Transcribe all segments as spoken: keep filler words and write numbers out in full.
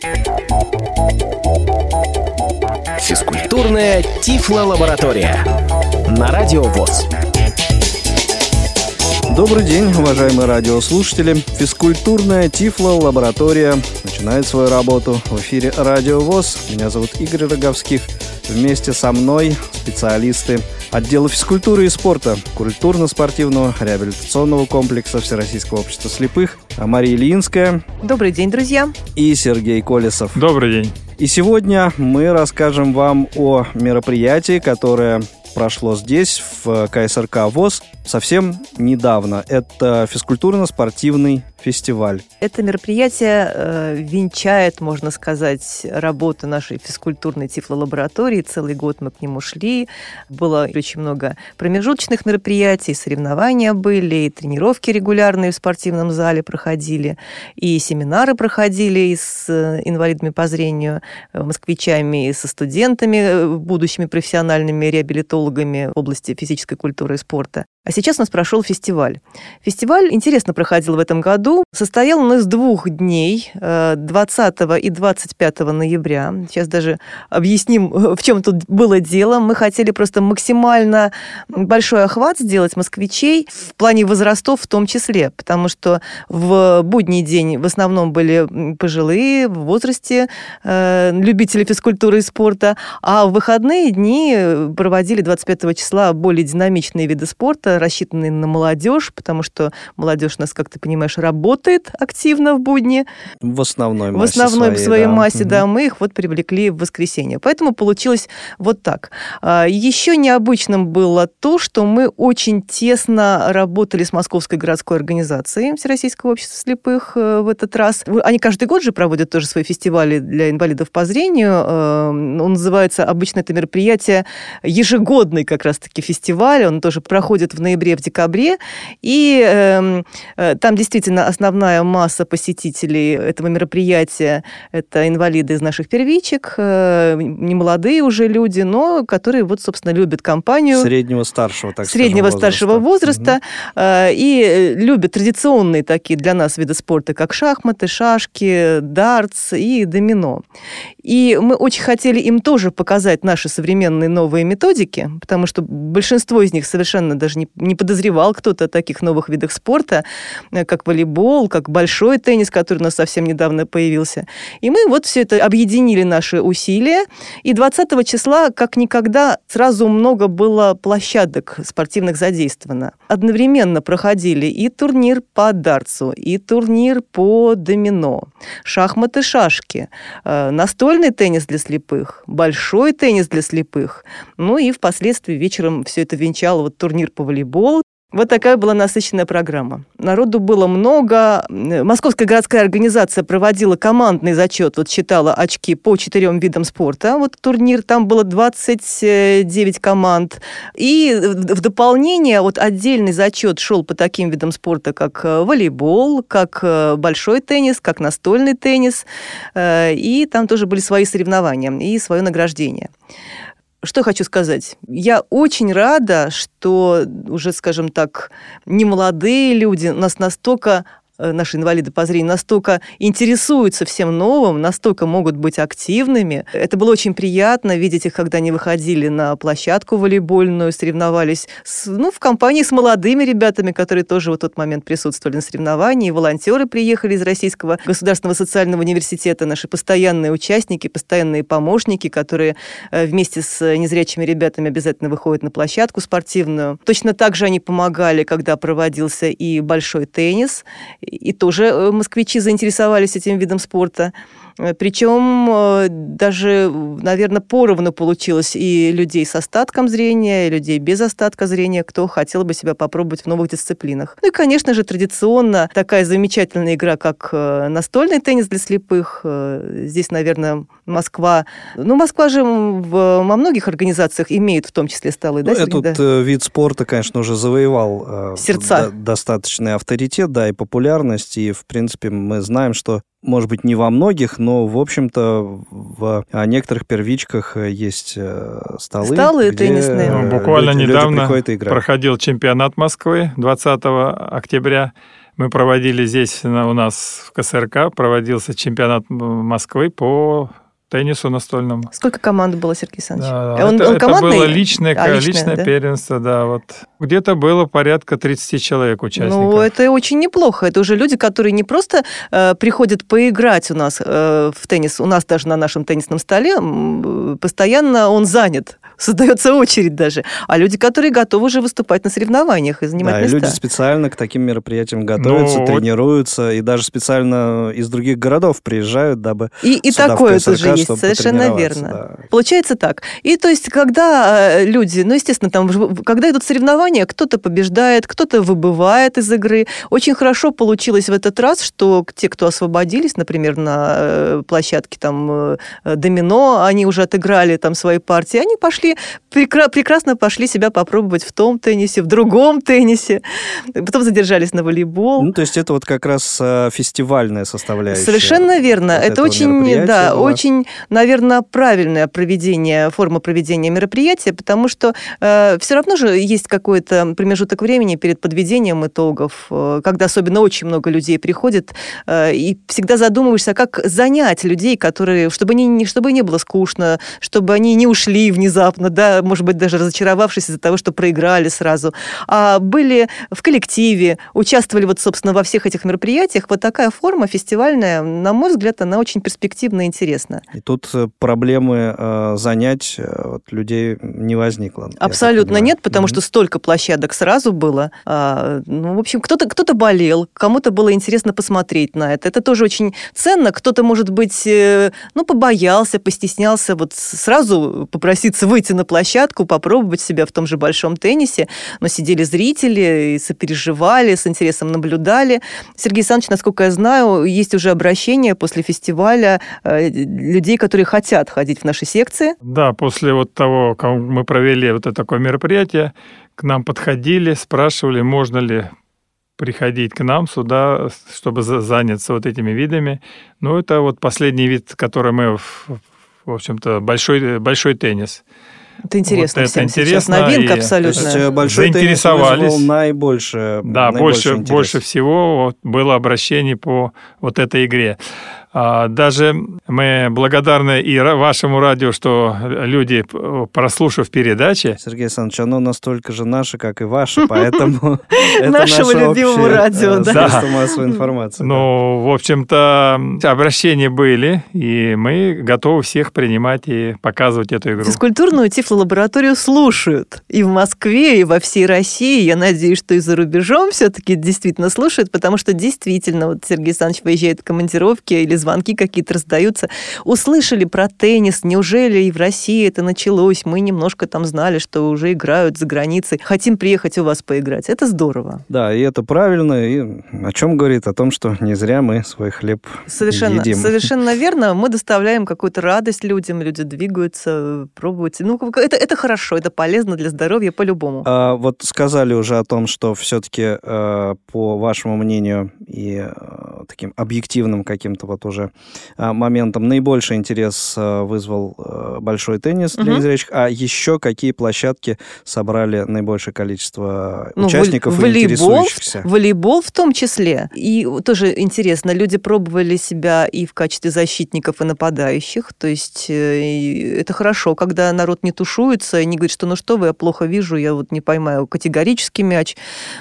Физкультурная Тифло-лаборатория на Радио ВОС. Добрый день, уважаемые радиослушатели. Физкультурная Тифло-лаборатория начинает свою работу в эфире Радио ВОС. Меня зовут Игорь Роговских. Вместе со мной специалисты отдела физкультуры и спорта культурно-спортивного реабилитационного комплекса Всероссийского общества слепых Мария Ильинская. Добрый день, друзья. И Сергей Колесов. Добрый день. И сегодня мы расскажем вам о мероприятии, которое прошло здесь, в ка эс эр ка ВОС, совсем недавно. Это физкультурно-спортивный фестиваль. Это мероприятие э, венчает, можно сказать, работу нашей физкультурной Тифло-лаборатории. Целый год мы к нему шли. Было очень много промежуточных мероприятий, соревнования были, и тренировки регулярные в спортивном зале проходили, и семинары проходили с инвалидами по зрению, москвичами, и со студентами, будущими профессиональными реабилитологами в области физической культуры и спорта. А сейчас у нас прошел фестиваль. Фестиваль интересно проходил в этом году. Состоял он из двух дней, двадцатого и двадцать пятого ноября. Сейчас даже объясним, в чем тут было дело. Мы хотели просто максимально большой охват сделать москвичей в плане возрастов в том числе, потому что в будний день в основном были пожилые, в возрасте любители физкультуры и спорта, а в выходные дни проводили двадцать пятого числа более динамичные виды спорта, рассчитанные на молодежь, потому что молодежь у нас, как ты понимаешь, работает активно в будни. В основной массе В основной своей, своей да. массе, Угу. да. Мы их вот привлекли в воскресенье. Поэтому получилось вот так. Еще необычным было то, что мы очень тесно работали с Московской городской организацией Всероссийского общества слепых в этот раз. Они каждый год же проводят тоже свои фестивали для инвалидов по зрению. Он называется, обычно это мероприятие, ежегодный как раз-таки фестиваль. Он тоже проходит в ноябре, в декабре, и э, э, там действительно основная масса посетителей этого мероприятия – это инвалиды из наших первичек, э, немолодые уже люди, но которые, вот, собственно, любят компанию. Среднего-старшего, так Среднего скажем, старшего возраста. Угу. Э, и любят традиционные такие для нас виды спорта, как шахматы, шашки, дартс и домино. И мы очень хотели им тоже показать наши современные новые методики, потому что большинство из них совершенно даже не не подозревал кто-то о таких новых видах спорта, как волейбол, как большой теннис, который у нас совсем недавно появился. И мы вот все это объединили наши усилия. И двадцатого числа, как никогда, сразу много было площадок спортивных задействовано. Одновременно проходили и турнир по дартсу, и турнир по домино, шахматы, шашки, настольный теннис для слепых, большой теннис для слепых. Ну и впоследствии вечером все это венчало вот турнир по волейболу. Вот такая была насыщенная программа. Народу было много. Московская городская организация проводила командный зачет, вот считала очки по четырем видам спорта. Вот турнир, там было двадцать девять команд. И в дополнение вот отдельный зачет шел по таким видам спорта, как волейбол, как большой теннис, как настольный теннис. И там тоже были свои соревнования и свое награждение. Что хочу сказать? Я очень рада, что уже, скажем так, немолодые люди у нас настолько, наши инвалиды по зрению, настолько интересуются всем новым, настолько могут быть активными. Это было очень приятно видеть их, когда они выходили на площадку волейбольную, соревновались с, ну, в компании с молодыми ребятами, которые тоже в тот момент присутствовали на соревновании. Волонтеры приехали из Российского государственного социального университета, наши постоянные участники, постоянные помощники, которые вместе с незрячими ребятами обязательно выходят на площадку спортивную. Точно так же они помогали, когда проводился и большой теннис, и тоже москвичи заинтересовались этим видом спорта. Причем даже, наверное, поровну получилось и людей с остатком зрения, и людей без остатка зрения, кто хотел бы себя попробовать в новых дисциплинах. Ну и, конечно же, традиционно такая замечательная игра, как настольный теннис для слепых. Здесь, наверное, Москва... Ну, Москва же в, во многих организациях имеет в том числе столы, да, ну, Сергей? Этот да? вид спорта, конечно, уже завоевал сердца. До, достаточный авторитет, да, и популярность. И, в принципе, мы знаем, что может быть, не во многих, но, в общем-то, в некоторых первичках есть столы. Столы где теннисные. Ну, буквально люди, недавно люди проходил чемпионат Москвы двадцатого октября. Мы проводили здесь, у нас в ка эс эр ка, проводился чемпионат Москвы по теннису настольному. Сколько команд было, Сергей Александрович? Да, он, это, он это было личное, а, личное, личное да? первенство, да. Вот. Где-то было порядка тридцать человек участников. Ну, это очень неплохо. Это уже люди, которые не просто э, приходят поиграть у нас э, в теннис, у нас даже на нашем теннисном столе постоянно он занят, создается очередь даже, а люди, которые готовы уже выступать на соревнованиях и занимать да, места. И люди специально к таким мероприятиям готовятся, ну, тренируются, и даже специально из других городов приезжают, дабы И, и такое тоже есть, совершенно верно. Да. Получается так. И то есть, когда люди, ну, естественно, там, когда идут соревнования, кто-то побеждает, кто-то выбывает из игры. Очень хорошо получилось в этот раз, что те, кто освободились, например, на площадке там домино, они уже отыграли там свои партии, они пошли, прекра- прекрасно пошли себя попробовать в том теннисе, в другом теннисе. Потом задержались на волейбол. Ну, то есть это вот как раз фестивальная составляющая. Совершенно верно. Вот это очень, да, была. очень, наверное, правильное проведение, форма проведения мероприятия, потому что э, все равно же есть какой-то промежуток времени перед подведением итогов, э, когда особенно очень много людей приходит, э, и всегда задумываешься, как занять людей, которые, чтобы, они, чтобы не было скучно, чтобы они не ушли внезапно, да, может быть, даже разочаровавшись из-за того, что проиграли сразу, а были в коллективе, участвовали вот, собственно, во всех этих мероприятиях. Вот такая форма фестивальная, на мой взгляд, она очень перспективна и интересна. И тут проблемы э, занять э, вот, людей не возникло. Абсолютно нет, потому mm-hmm. что столько площадок сразу было. А, ну, в общем, кто-то, кто-то болел, кому-то было интересно посмотреть на это. Это тоже очень ценно. Кто-то, может быть, э, ну, побоялся, постеснялся вот сразу попроситься выйти на площадку, попробовать себя в том же большом теннисе, но сидели зрители и сопереживали, с интересом наблюдали. Сергей Александрович, насколько я знаю, есть уже обращение после фестиваля э, людей, которые хотят ходить в наши секции. Да, после вот того, как мы провели вот это такое мероприятие, к нам подходили, спрашивали, можно ли приходить к нам сюда, чтобы заняться вот этими видами. Ну, это вот последний вид, который мы, в общем-то, большой, большой теннис. Это интересно вот всем это интересно, сейчас. Новинка и, абсолютно. То есть большой теннис вызвал наибольшее, да, больше, больше всего вот было обращений по вот этой игре. Даже мы благодарны и вашему радио, что люди, прослушав передачи... Сергей Александрович, оно настолько же наше, как и ваше, поэтому это нашего любимого радио, да. средство массовой информации. Ну, в общем-то, обращения были, и мы готовы всех принимать и показывать эту игру. Физкультурную тифлолабораторию слушают и в Москве, и во всей России. Я надеюсь, что и за рубежом все-таки действительно слушают, потому что действительно, вот Сергей Александрович выезжает в командировки или звонки какие-то раздаются. Услышали про теннис, неужели и в России это началось? Мы немножко там знали, что уже играют за границей. Хотим приехать у вас поиграть. Это здорово. Да, и это правильно. И о чем говорит? О том, что не зря мы свой хлеб совершенно, едим. Совершенно верно. Мы доставляем какую-то радость людям, люди двигаются, пробуют. Ну, это, это хорошо, это полезно для здоровья по-любому. А, вот сказали уже о том, что все-таки, э, по вашему мнению и э, таким объективным каким-то вот уже моментом наибольший интерес вызвал большой теннис для незрячих, угу. А еще какие площадки собрали наибольшее количество ну, участников волейбол, и интересующихся? Волейбол в том числе. И тоже интересно, люди пробовали себя и в качестве защитников, и нападающих. То есть это хорошо, когда народ не тушуется и не говорит, что ну что вы, я плохо вижу, я вот не поймаю категорический мяч.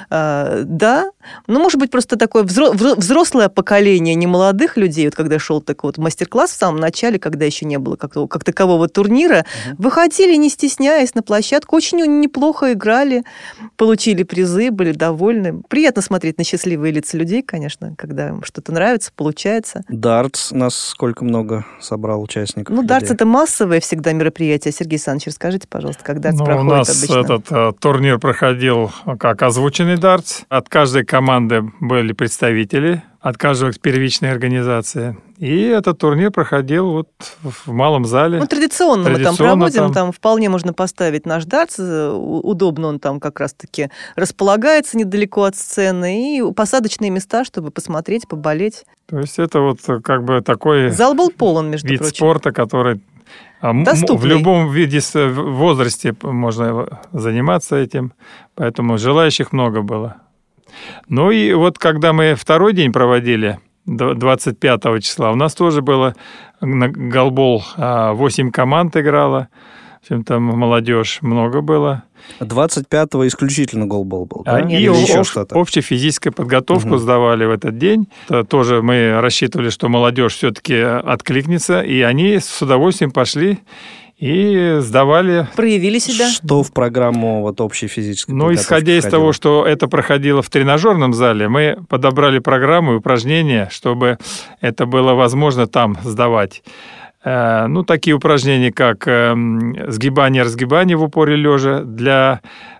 А, да, ну может быть просто такое взрослое поколение немолодых людей, вот когда шел так вот мастер-класс в самом начале, когда еще не было как, как такового турнира, uh-huh. выходили, не стесняясь, на площадку, очень неплохо играли, получили призы, были довольны. Приятно смотреть на счастливые лица людей, конечно, когда им что-то нравится, получается. Дартс нас сколько много собрал участников? Ну, дартс – это массовое всегда мероприятие. Сергей Александрович, расскажите, пожалуйста, как дартс ну, проходит у нас обычно? Этот uh, турнир проходил как озвученный дартс. От каждой команды были представители, от каждой первичной организации. И этот турнир проходил вот в малом зале. Ну, традиционно, традиционно мы там проводим, там... там вполне можно поставить наш дартс, удобно он там как раз-таки располагается недалеко от сцены, и посадочные места, чтобы посмотреть, поболеть. То есть это вот как бы такой... Зал был полон, между вид прочим. спорта, который... Доступный. В любом виде, возрасте можно заниматься этим, поэтому желающих много было. Ну и вот когда мы второй день проводили, двадцать пятого числа, у нас тоже было на голбол восемь команд играло. В общем, там молодежь много было. двадцать пятого исключительно голбол был, да? А, Или и еще об, что-то? общую физическую подготовку угу. сдавали в этот день. Это тоже мы рассчитывали, что молодежь все-таки откликнется, и они с удовольствием пошли и сдавали. Проявили себя. Что в программу вот общей физической Ну, подготовки исходя из входило? того, что это проходило в тренажерном зале, мы подобрали программу и упражнения, чтобы это было возможно там сдавать. Ну, такие упражнения, как сгибание-разгибание в упоре лежа для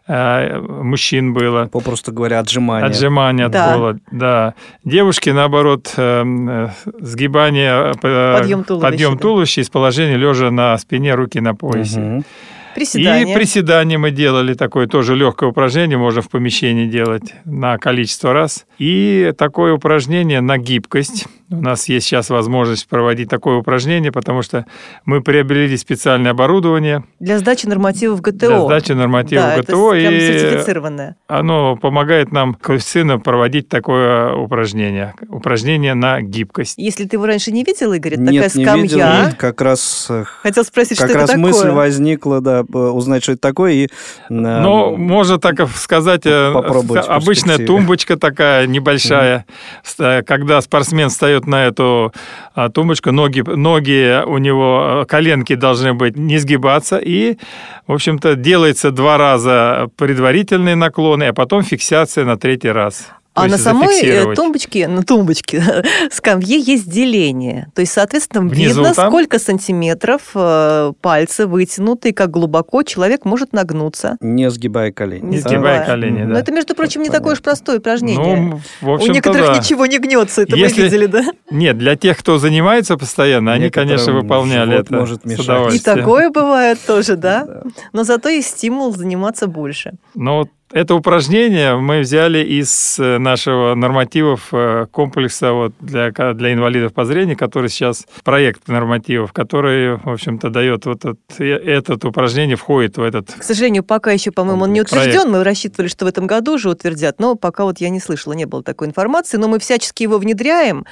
мужчин было. Попросту говоря, отжимания. Отжимания от да. пола, да. Девушки, наоборот, сгибание, подъем туловища, подъем туловища из положения лежа на спине, руки на поясе. Угу. Приседания. И приседания мы делали, такое тоже легкое упражнение, можно в помещении делать на количество раз. И такое упражнение на гибкость. У нас есть сейчас возможность проводить такое упражнение, потому что мы приобрели специальное оборудование. Для сдачи нормативов ГТО. Для сдачи нормативов да, ГТО. Это прям и сертифицированное. Оно помогает нам коэффициентно проводить такое упражнение. Упражнение на гибкость. Если ты его раньше не видел, Игорь, это Нет, такая не скамья. видел. Нет, как раз, Хотел спросить, как что раз это такое. мысль возникла, да, узнать, что это такое. И, ну, можно так сказать, обычная тумбочка такая небольшая. Mm-hmm. Когда спортсмен встает на эту тумбочку, ноги, ноги у него, коленки должны быть не сгибаться. И, в общем-то, делается два раза предварительные наклоны, а потом фиксация на третий раз. А на самой тумбочке, на тумбочке, скамье есть деление. То есть, соответственно, внизу видно, там? сколько сантиметров пальцы вытянуты, и как глубоко человек может нагнуться. Не сгибая колени. Не да? сгибая колени, да. Но это, между прочим, не Понятно. Такое уж простое упражнение. Ну, в общем-то, у некоторых да. ничего не гнется, это Если... мы видели, да? Нет, для тех, кто занимается постоянно, они, конечно, выполняли это может с удовольствием. И такое бывает тоже, да? да? Но зато есть стимул заниматься больше. Ну, это упражнение мы взяли из нашего нормативов комплекса вот для, для инвалидов по зрению, который сейчас проект нормативов, который, в общем-то, дает вот этот, этот упражнение, входит в этот. К сожалению, пока еще, по-моему, он не утвержден. Проект. Мы рассчитывали, что в этом году уже утвердят, но пока вот я не слышала, не было такой информации. Но мы всячески его внедряем.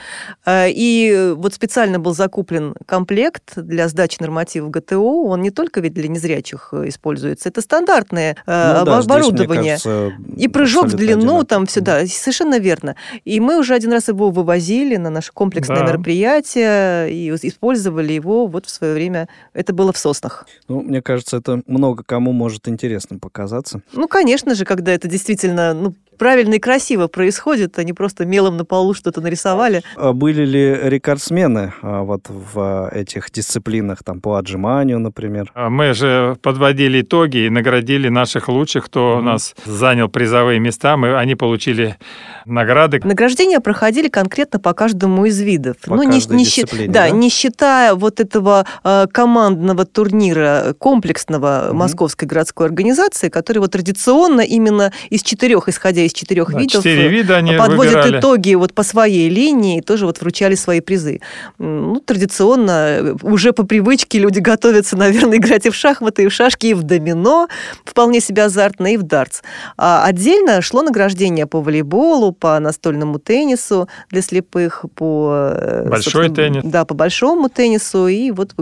И вот специально был закуплен комплект для сдачи нормативов ГТО. Он не только ведь для незрячих используется. Это стандартное ну, оборудование. Кажется, и прыжок в длину, одинаково. Там все, да, совершенно верно. И мы уже один раз его вывозили на наше комплексное да. мероприятие и использовали его вот в свое время. Это было в Соснах. Ну, мне кажется, это много кому может интересным показаться. Ну, конечно же, когда это действительно... Ну, правильно и красиво происходит, они просто мелом на полу что-то нарисовали. Были ли рекордсмены вот в этих дисциплинах, там, по отжиманию, например? Мы же подводили итоги и наградили наших лучших, кто mm-hmm. у нас занял призовые места. Мы, они получили награды. Награждения проходили конкретно по каждому из видов. По ну, каждой не, дисциплине, не, да, да? не считая вот этого э, командного турнира комплексного mm-hmm. Московской городской организации, который вот традиционно именно из четырех, исходя из четырех да, видов, вида они подводят выбирали. итоги вот по своей линии и тоже вот вручали свои призы. Ну, традиционно уже по привычке люди готовятся, наверное, играть и в шахматы, и в шашки, и в домино, вполне себе азартно, и в дартс. А отдельно шло награждение по волейболу, по настольному теннису для слепых, по... Большой теннис. Да, по большому теннису, и вот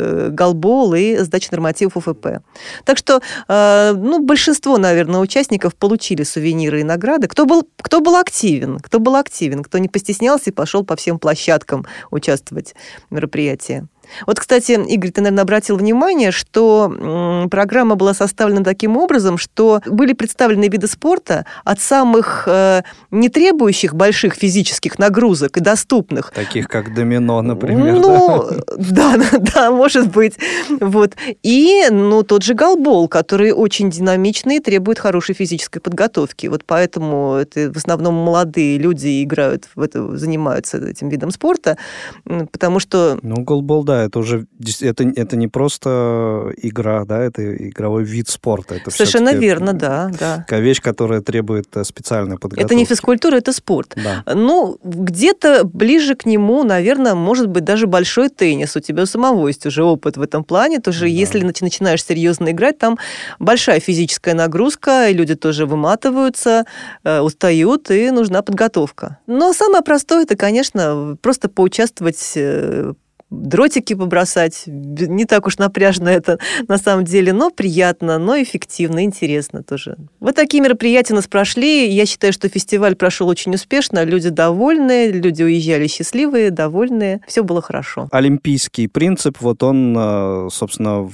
голбол, и сдача нормативов УФП. Так что, ну, большинство, наверное, участников получили сувениры и награды. Кто был, кто был активен, кто был активен, кто не постеснялся и пошел по всем площадкам участвовать в мероприятии. Вот, кстати, Игорь, ты, наверное, обратил внимание, что м, программа была составлена таким образом, что были представлены виды спорта от самых э, не требующих больших физических нагрузок и доступных. Таких, как домино, например. Ну, да, да, да, может быть. Вот. И, ну, тот же голбол, который очень динамичный и требует хорошей физической подготовки. Вот поэтому это в основном молодые люди играют в это, занимаются этим видом спорта, потому что... Ну, голбол, да, да, это уже это, это не просто игра, да, это игровой вид спорта. Это совершенно верно, да, да. Такая вещь, которая требует специальной подготовки. Это не физкультура, это спорт. Да. Ну, где-то ближе к нему, наверное, может быть даже большой теннис. У тебя у самого есть уже опыт в этом плане. Тоже, да. Если начинаешь серьезно играть, там большая физическая нагрузка, и люди тоже выматываются, устают, и нужна подготовка. Но самое простое, это, конечно, просто поучаствовать, дротики побросать. Не так уж напряжно это на самом деле, но приятно, но эффективно, интересно тоже. Вот такие мероприятия у нас прошли. Я считаю, что фестиваль прошел очень успешно. Люди довольны, люди уезжали счастливые, довольные. Все было хорошо. Олимпийский принцип, вот он, собственно,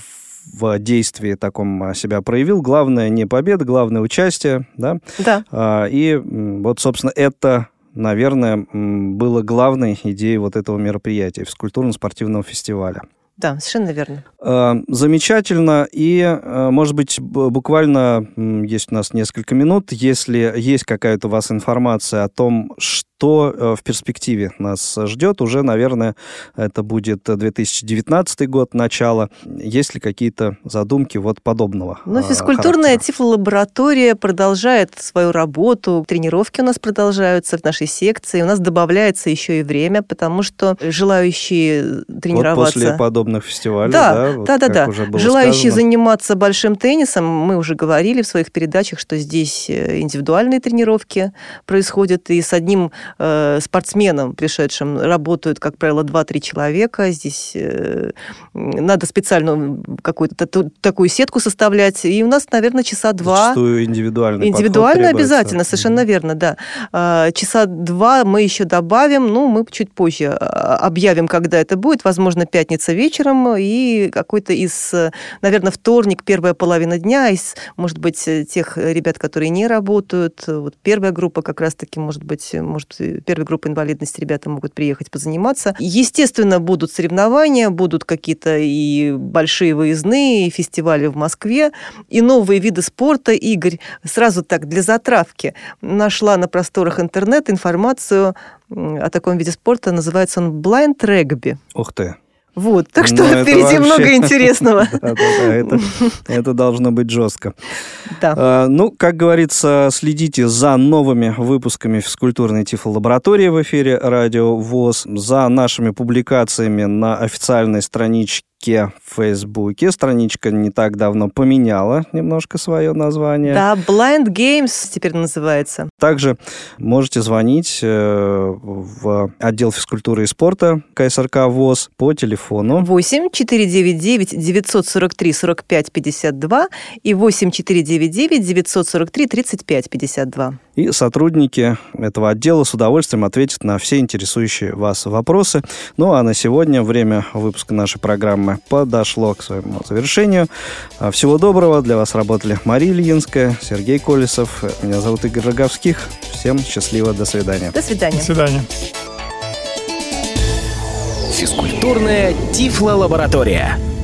в действии таком себя проявил. Главное не победа, главное участие, да? Да. И вот, собственно, это... наверное, было главной идеей вот этого мероприятия, физкультурно-спортивного фестиваля. Да, совершенно верно. Замечательно. И, может быть, буквально есть у нас несколько минут, если есть какая-то у вас информация о том, что в перспективе нас ждет, уже, наверное, это будет две тысячи девятнадцатый год, начало. Есть ли какие-то задумки вот подобного Ну, физкультурная характера? Тифлолаборатория продолжает свою работу. Тренировки у нас продолжаются в нашей секции. У нас добавляется еще и время, потому что желающие тренироваться... Вот после подобных фестивалей, да, да? Вот да, да, да. Желающие сказано. заниматься большим теннисом, мы уже говорили в своих передачах, что здесь индивидуальные тренировки происходят, и с одним э, спортсменом, пришедшим, работают, как правило, два-три человека. Здесь э, надо специальную какую-то такую сетку составлять, и у нас, наверное, часа два... Зачастую индивидуальный Индивидуально подход обязательно, требуется. совершенно верно, да. А, часа два мы еще добавим, ну, мы чуть позже объявим, когда это будет, возможно, пятница вечером, и какой-то из, наверное, вторник, первая половина дня, из, может быть, тех ребят, которые не работают, вот первая группа как раз-таки, может быть, может, первая группа инвалидности, ребята могут приехать позаниматься. Естественно, будут соревнования, будут какие-то и большие выездные, и фестивали в Москве, и новые виды спорта. Игорь, сразу так, для затравки, нашла на просторах интернета информацию о таком виде спорта, называется он blind rugby. Ух ты. Вот, так что Ну, впереди вообще... много интересного. Да, да, да, это, это должно быть жестко. Да. А, ну, как говорится, следите за новыми выпусками физкультурной тифлолаборатории в эфире Радио ВОС, за нашими публикациями на официальной страничке в Фейсбуке. Страничка не так давно поменяла немножко свое название. Да, Blind Games теперь называется. Также можете звонить в отдел физкультуры и спорта ка эс эр ка ВОС по телефону восемь четыреста девяносто девять девятьсот сорок три сорок пять пятьдесят два и восемь четыреста девяносто девять девятьсот сорок три тридцать пять пятьдесят два. И сотрудники этого отдела с удовольствием ответят на все интересующие вас вопросы. Ну а на сегодня время выпуска нашей программы подошло к своему завершению. Всего доброго. Для вас работали Мария Ильинская, Сергей Колесов. Меня зовут Игорь Роговских. Всем счастливо. До свидания. До свидания. До свидания. Физкультурная Тифлолаборатория.